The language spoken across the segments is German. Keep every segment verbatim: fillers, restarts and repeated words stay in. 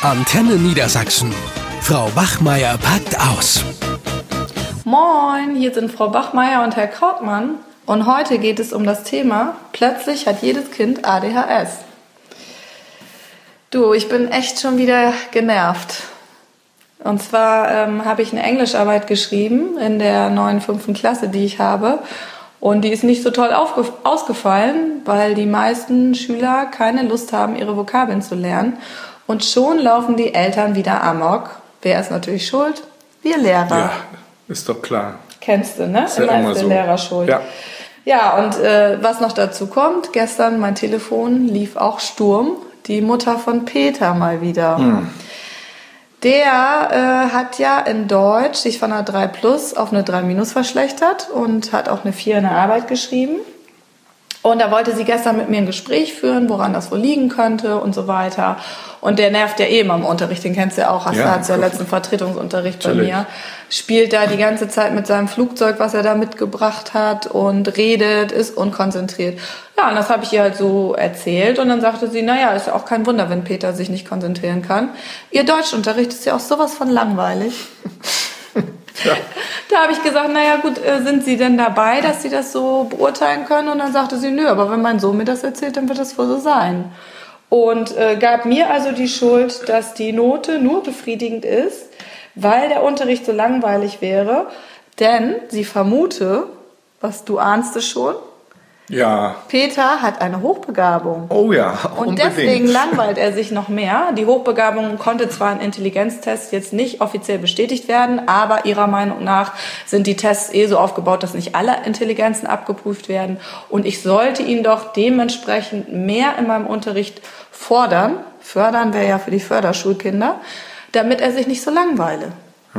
Antenne Niedersachsen. Frau Bachmeier packt aus. Moin, hier sind Frau Bachmeier und Herr Krautmann. Und heute geht es um das Thema, plötzlich hat jedes Kind A D H S. Du, ich bin echt schon wieder genervt. Und zwar ähm, habe ich eine Englischarbeit geschrieben in der neuen fünften Klasse, die ich habe. Und die ist nicht so toll aufge- ausgefallen, weil die meisten Schüler keine Lust haben, ihre Vokabeln zu lernen. Und schon laufen die Eltern wieder amok. Wer ist natürlich schuld? Wir Lehrer. Ja, ist doch klar. Kennst du, ne? Ist ja immer immer ist der so. Lehrer schuld. Ja. Ja, und äh, was noch dazu kommt, gestern mein Telefon lief auch Sturm. Die Mutter von Peter mal wieder. Hm. Der äh, hat ja in Deutsch sich von einer drei plus auf eine drei minus verschlechtert und hat auch eine vier in der Arbeit geschrieben. Und da wollte sie gestern mit mir ein Gespräch führen, woran das wohl liegen könnte und so weiter. Und der nervt ja eh immer im Unterricht, den kennst du ja auch, hast du Ja. ja, ja letzten Vertretungsunterricht bei Natürlich. mir. Spielt da die ganze Zeit mit seinem Flugzeug, was er da mitgebracht hat und redet, ist unkonzentriert. Ja, und das habe ich ihr halt so erzählt und dann sagte sie, naja, ist ja auch kein Wunder, wenn Peter sich nicht konzentrieren kann. Ihr Deutschunterricht ist ja auch sowas von langweilig. Ja. Da habe ich gesagt, naja gut, äh, sind Sie denn dabei, dass Sie das so beurteilen können? Und dann sagte sie, nö, aber wenn mein Sohn mir das erzählt, dann wird das wohl so sein. Und äh, gab mir also die Schuld, dass die Note nur befriedigend ist, weil der Unterricht so langweilig wäre. Denn sie vermute, was du ahnst es schon, Ja. Peter hat eine Hochbegabung. Oh ja, Und unbedingt. deswegen langweilt er sich noch mehr. Die Hochbegabung konnte zwar im Intelligenztest jetzt nicht offiziell bestätigt werden, aber ihrer Meinung nach sind die Tests eh so aufgebaut, dass nicht alle Intelligenzen abgeprüft werden. Und ich sollte ihn doch dementsprechend mehr in meinem Unterricht fordern. Fördern wäre ja für die Förderschulkinder, damit er sich nicht so langweile.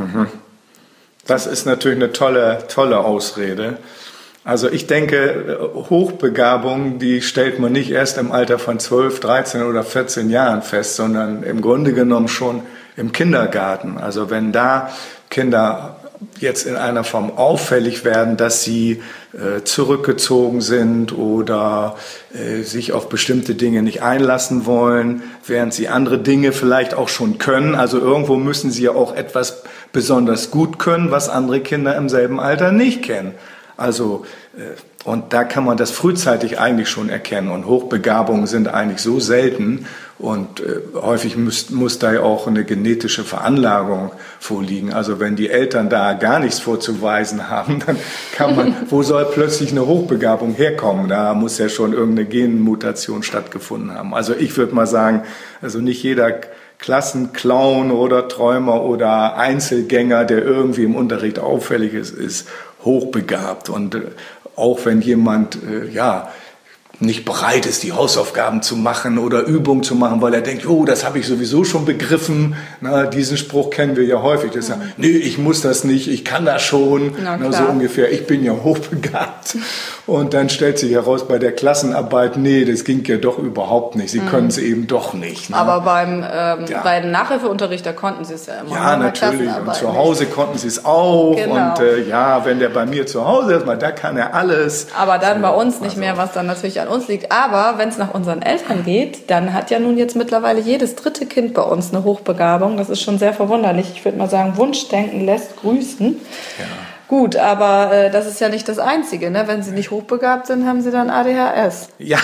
Das ist natürlich eine tolle, tolle Ausrede. Also ich denke, Hochbegabung, die stellt man nicht erst im Alter von zwölf, dreizehn oder vierzehn Jahren fest, sondern im Grunde genommen schon im Kindergarten. Also wenn da Kinder jetzt in einer Form auffällig werden, dass sie äh, zurückgezogen sind oder äh, sich auf bestimmte Dinge nicht einlassen wollen, während sie andere Dinge vielleicht auch schon können. Also irgendwo müssen sie ja auch etwas besonders gut können, was andere Kinder im selben Alter nicht kennen. Also, äh, und da kann man das frühzeitig eigentlich schon erkennen. Und Hochbegabungen sind eigentlich so selten und äh, häufig muss, muss da ja auch eine genetische Veranlagung vorliegen. Also wenn die Eltern da gar nichts vorzuweisen haben, dann kann man, wo soll plötzlich eine Hochbegabung herkommen? Da muss ja schon irgendeine Genmutation stattgefunden haben. Also ich würde mal sagen, also nicht jeder Klassenclown oder Träumer oder Einzelgänger, der irgendwie im Unterricht auffällig ist, ist hochbegabt. Und äh, auch wenn jemand äh, ja nicht bereit ist, die Hausaufgaben zu machen oder Übungen zu machen, weil er denkt, oh, das habe ich sowieso schon begriffen. Na, diesen Spruch kennen wir ja häufig. Das ist ja, nee, ich muss das nicht, ich kann das schon. Na, Na, so ungefähr, ich bin ja hochbegabt. Und dann stellt sich heraus bei der Klassenarbeit, nee, das ging ja doch überhaupt nicht. Sie mhm. können es eben doch nicht. Ne? Aber beim, ähm, Ja. bei dem Nachhilfeunterricht, da konnten sie es ja immer. Ja, bei der natürlich. Und Klassenarbeit zu nicht. Hause konnten sie es auch. Genau. Und äh, ja, wenn der bei mir zu Hause ist, mal, da kann er alles. Aber dann So, bei uns nicht also. mehr, was dann natürlich an uns liegt. Aber wenn es nach unseren Eltern geht, dann hat ja nun jetzt mittlerweile jedes dritte Kind bei uns eine Hochbegabung. Das ist schon sehr verwunderlich. Ich würde mal sagen, Wunschdenken lässt grüßen. Ja. Gut, aber äh, das ist ja nicht das Einzige. Ne? Wenn sie nicht hochbegabt sind, haben sie dann A D H S. Ja,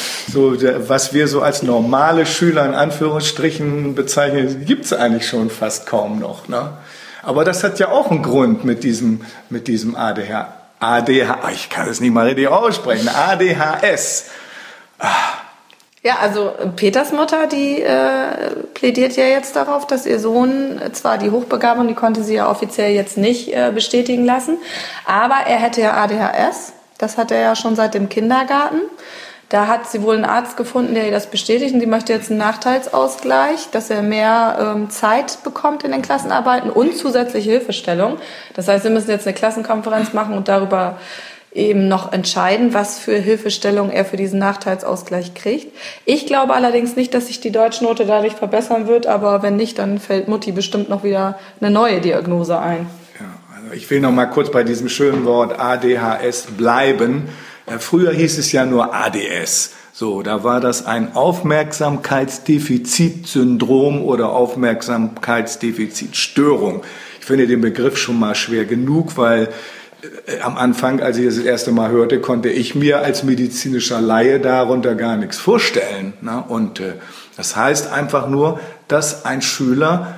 so der, was wir so als normale Schüler in Anführungsstrichen bezeichnen, gibt es eigentlich schon fast kaum noch. Ne? Aber das hat ja auch einen Grund mit diesem, mit diesem A D H S. A D H, ich kann es nicht mal richtig aussprechen, A D H S. Ah. Ja, also Peters Mutter, die äh, plädiert ja jetzt darauf, dass ihr Sohn zwar die Hochbegabung, die konnte sie ja offiziell jetzt nicht äh, bestätigen lassen, aber er hätte ja A D H S, das hat er ja schon seit dem Kindergarten. Da hat sie wohl einen Arzt gefunden, der ihr das bestätigt und sie möchte jetzt einen Nachteilsausgleich, dass er mehr ähm, Zeit bekommt in den Klassenarbeiten und zusätzliche Hilfestellung. Das heißt, wir müssen jetzt eine Klassenkonferenz machen und darüber eben noch entscheiden, was für Hilfestellung er für diesen Nachteilsausgleich kriegt. Ich glaube allerdings nicht, dass sich die Deutschnote dadurch verbessern wird, aber wenn nicht, dann fällt Mutti bestimmt noch wieder eine neue Diagnose ein. Ja, also ich will noch mal kurz bei diesem schönen Wort A D H S bleiben. Früher hieß es ja nur A D S. So, da war das ein Aufmerksamkeitsdefizitsyndrom oder Aufmerksamkeitsdefizitstörung. Ich finde den Begriff schon mal schwer genug, weil äh, am Anfang, als ich das das erste Mal hörte, konnte ich mir als medizinischer Laie darunter gar nichts vorstellen. Ne? Und äh, das heißt einfach nur, dass ein Schüler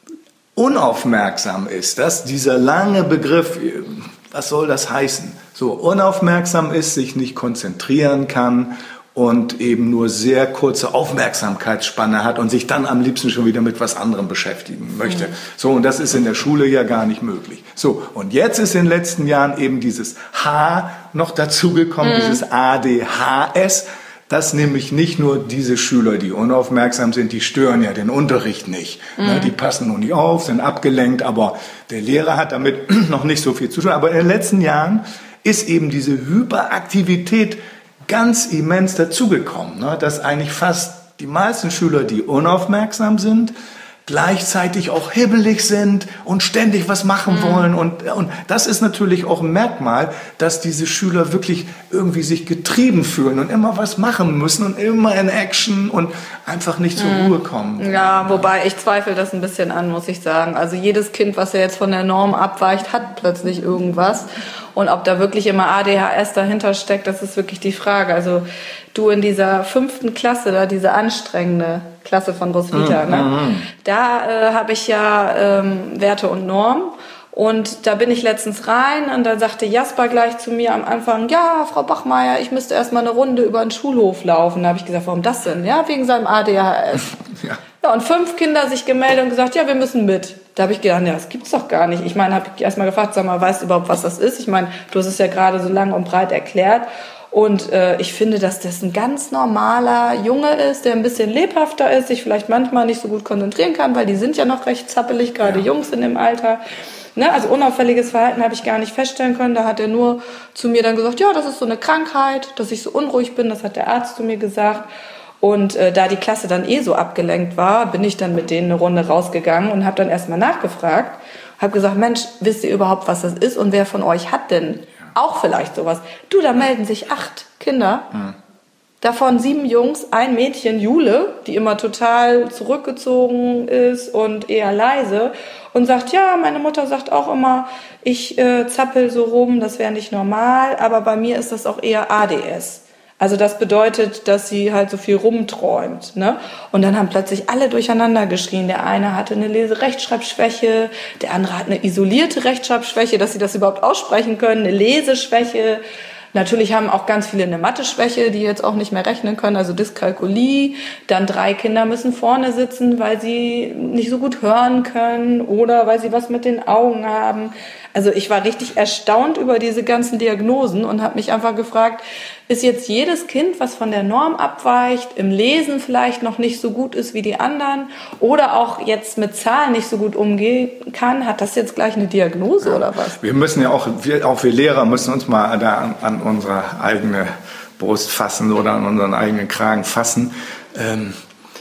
unaufmerksam ist. Dass dieser lange Begriff, was soll das heißen? So, unaufmerksam ist, sich nicht konzentrieren kann und eben nur sehr kurze Aufmerksamkeitsspanne hat und sich dann am liebsten schon wieder mit was anderem beschäftigen möchte. Mhm. So, und das ist in der Schule ja gar nicht möglich. So, und jetzt ist in den letzten Jahren eben dieses H noch dazugekommen, mhm. dieses A D H S, dass nämlich nicht nur diese Schüler, die unaufmerksam sind, die stören ja den Unterricht nicht. Mhm. Ne, die passen nur nicht auf, sind abgelenkt, aber der Lehrer hat damit noch nicht so viel zu tun. Aber in den letzten Jahren ist eben diese Hyperaktivität ganz immens dazugekommen, ne? Dass eigentlich fast die meisten Schüler, die unaufmerksam sind, gleichzeitig auch hibbelig sind und ständig was machen mhm. wollen. Und, und das ist natürlich auch ein Merkmal, dass diese Schüler wirklich irgendwie sich getrieben fühlen und immer was machen müssen und immer in Action und einfach nicht zur mhm. Ruhe kommen. Ja, wobei ich zweifle das ein bisschen an, muss ich sagen. Also jedes Kind, was ja jetzt von der Norm abweicht, hat plötzlich irgendwas. Und ob da wirklich immer A D H S dahinter steckt, das ist wirklich die Frage. Also du in dieser fünften Klasse, da diese anstrengende Klasse von Roswitha, mm, ne? Mm. Da äh, habe ich ja ähm, Werte und Norm. Und da bin ich letztens rein und dann sagte Jasper gleich zu mir am Anfang, ja, Frau Bachmeier, ich müsste erst mal eine Runde über den Schulhof laufen. Da habe ich gesagt, warum das denn? Ja, wegen seinem A D H S. ja. Ja, und fünf Kinder sich gemeldet und gesagt, ja, wir müssen mit. Da habe ich gedacht, ja, das gibt's doch gar nicht. Ich meine, habe ich erst mal gefragt, sag mal, weißt du überhaupt, was das ist? Ich meine, du hast es ja gerade so lang und breit erklärt. Und äh, ich finde, dass das ein ganz normaler Junge ist, der ein bisschen lebhafter ist, sich vielleicht manchmal nicht so gut konzentrieren kann, weil die sind ja noch recht zappelig, gerade ja. Jungs in dem Alter. Ne? Also unauffälliges Verhalten habe ich gar nicht feststellen können. Da hat er nur zu mir dann gesagt, ja, das ist so eine Krankheit, dass ich so unruhig bin. Das hat der Arzt zu mir gesagt. Und äh, da die Klasse dann eh so abgelenkt war, bin ich dann mit denen eine Runde rausgegangen und habe dann erstmal nachgefragt. Habe gesagt, Mensch, wisst ihr überhaupt, was das ist und wer von euch hat denn auch vielleicht sowas? Du, da melden sich acht Kinder, mhm. davon sieben Jungs, ein Mädchen, Jule, die immer total zurückgezogen ist und eher leise und sagt, ja, meine Mutter sagt auch immer, ich äh, zappel so rum, das wäre nicht normal, aber bei mir ist das auch eher A D S. Also das bedeutet, dass sie halt so viel rumträumt, ne? Und dann haben plötzlich alle durcheinander geschrien. Der eine hatte eine Lese-Rechtschreibschwäche, der andere hat eine isolierte Rechtschreibschwäche, dass sie das überhaupt aussprechen können, eine Leseschwäche. Natürlich haben auch ganz viele eine Mathe-Schwäche, die jetzt auch nicht mehr rechnen können, also Dyskalkulie. Dann drei Kinder müssen vorne sitzen, weil sie nicht so gut hören können oder weil sie was mit den Augen haben. Also ich war richtig erstaunt über diese ganzen Diagnosen und habe mich einfach gefragt, ist jetzt jedes Kind, was von der Norm abweicht, im Lesen vielleicht noch nicht so gut ist wie die anderen oder auch jetzt mit Zahlen nicht so gut umgehen kann, hat das jetzt gleich eine Diagnose ja. oder was? Wir müssen ja auch, wir, auch wir Lehrer müssen uns mal da an, an unsere eigene Brust fassen oder an unseren eigenen Kragen fassen. Ähm,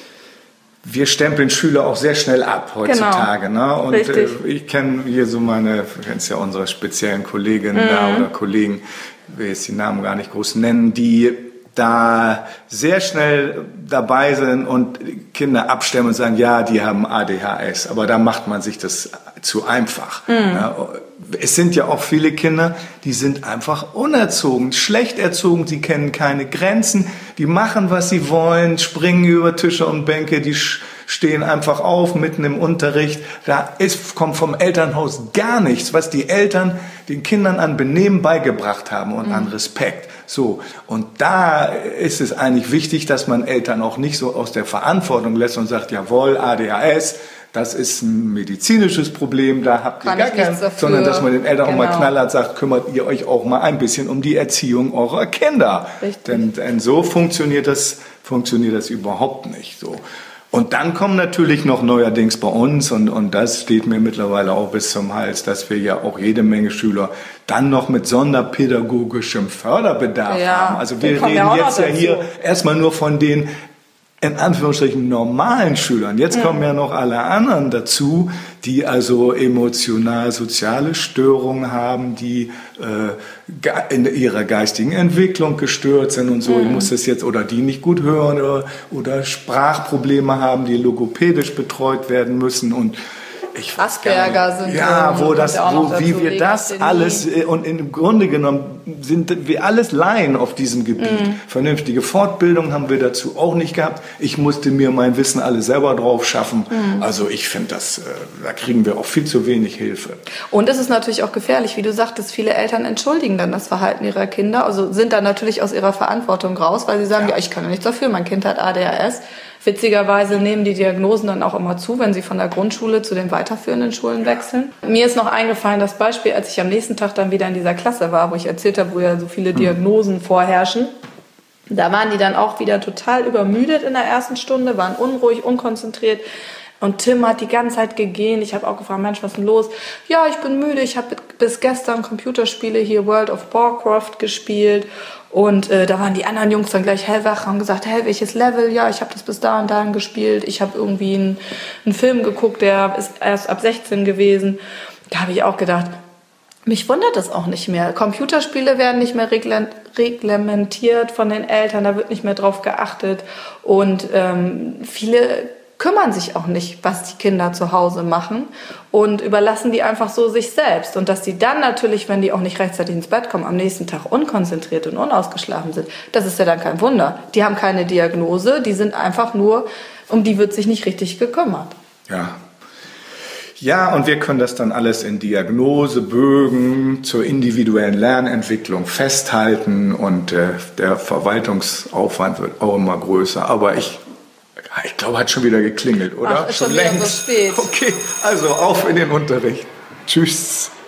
Wir stempeln Schüler auch sehr schnell ab heutzutage. Genau. Ne? Und äh, ich kenne hier so meine, du kennst ja unsere speziellen Kolleginnen mhm. da oder Kollegen, ich will jetzt die Namen gar nicht groß nennen, die da sehr schnell dabei sind und Kinder abstemmen und sagen, ja, die haben A D H S. Aber da macht man sich das zu einfach. Mhm. Ne? Es sind ja auch viele Kinder, die sind einfach unerzogen, schlecht erzogen, sie kennen keine Grenzen, die machen, was sie wollen, springen über Tische und Bänke, die stehen einfach auf mitten im Unterricht. Da ist, kommt vom Elternhaus gar nichts, was die Eltern den Kindern an Benehmen beigebracht haben und mhm. an Respekt. So, und da ist es eigentlich wichtig, dass man Eltern auch nicht so aus der Verantwortung lässt und sagt, jawohl, A D H S, das ist ein medizinisches Problem, da habt ihr Kann gar keinen, sondern dass man den Eltern genau. auch mal knallhart sagt, kümmert ihr euch auch mal ein bisschen um die Erziehung eurer Kinder. Denn, denn so funktioniert das, funktioniert das überhaupt nicht so. Und dann kommen natürlich noch neuerdings bei uns, und, und das steht mir mittlerweile auch bis zum Hals, dass wir ja auch jede Menge Schüler dann noch mit sonderpädagogischem Förderbedarf ja, haben. Also wir reden jetzt ja hier erstmal nur von den in Anführungsstrichen normalen Schülern. Jetzt kommen ja noch alle anderen dazu, die also emotional-soziale Störungen haben, die äh, in ihrer geistigen Entwicklung gestört sind und so. Mhm. Ich muss das jetzt, oder die nicht gut hören oder, oder Sprachprobleme haben, die logopädisch betreut werden müssen und Ich Asperger sind ja, wo das, wo, wie wir das alles und im Grunde genommen sind wir alles Laien auf diesem Gebiet. Mm. Vernünftige Fortbildung haben wir dazu auch nicht gehabt. Ich musste mir mein Wissen alles selber drauf schaffen. Mm. Also ich finde, das da kriegen wir auch viel zu wenig Hilfe. Und es ist natürlich auch gefährlich, wie du sagtest, viele Eltern entschuldigen dann das Verhalten ihrer Kinder, also sind dann natürlich aus ihrer Verantwortung raus, weil sie sagen, ja, ja ich kann ja nichts dafür, mein Kind hat A D H S. Witzigerweise nehmen die Diagnosen dann auch immer zu, wenn sie von der Grundschule zu den weiterführenden Schulen wechseln. Mir ist noch eingefallen das Beispiel, als ich am nächsten Tag dann wieder in dieser Klasse war, wo ich erzählt habe, wo ja so viele Diagnosen vorherrschen. Da waren die dann auch wieder total übermüdet in der ersten Stunde, waren unruhig, unkonzentriert. Und Tim hat die ganze Zeit gegähnt. Ich habe auch gefragt, Mensch, was ist denn los? Ja, ich bin müde. Ich habe bis gestern Computerspiele hier World of Warcraft gespielt. Und äh, da waren die anderen Jungs dann gleich hellwach, haben gesagt, hey, welches Level? Ja, ich habe das bis da und dahin gespielt. Ich habe irgendwie einen, einen Film geguckt, der ist erst ab sechzehn gewesen. Da habe ich auch gedacht, mich wundert das auch nicht mehr. Computerspiele werden nicht mehr reglementiert von den Eltern, da wird nicht mehr drauf geachtet. Und ähm, viele kümmern sich auch nicht, was die Kinder zu Hause machen und überlassen die einfach so sich selbst. Und dass die dann natürlich, wenn die auch nicht rechtzeitig ins Bett kommen, am nächsten Tag unkonzentriert und unausgeschlafen sind, das ist ja dann kein Wunder. Die haben keine Diagnose, die sind einfach nur, um die wird sich nicht richtig gekümmert. Ja. Ja, und wir können das dann alles in Diagnosebögen zur individuellen Lernentwicklung festhalten und äh, der Verwaltungsaufwand wird auch immer größer. Aber ich Ich glaube, hat schon wieder geklingelt, oder? Ach, ist schon, schon wieder so spät. Okay, also auf in den Unterricht. Tschüss.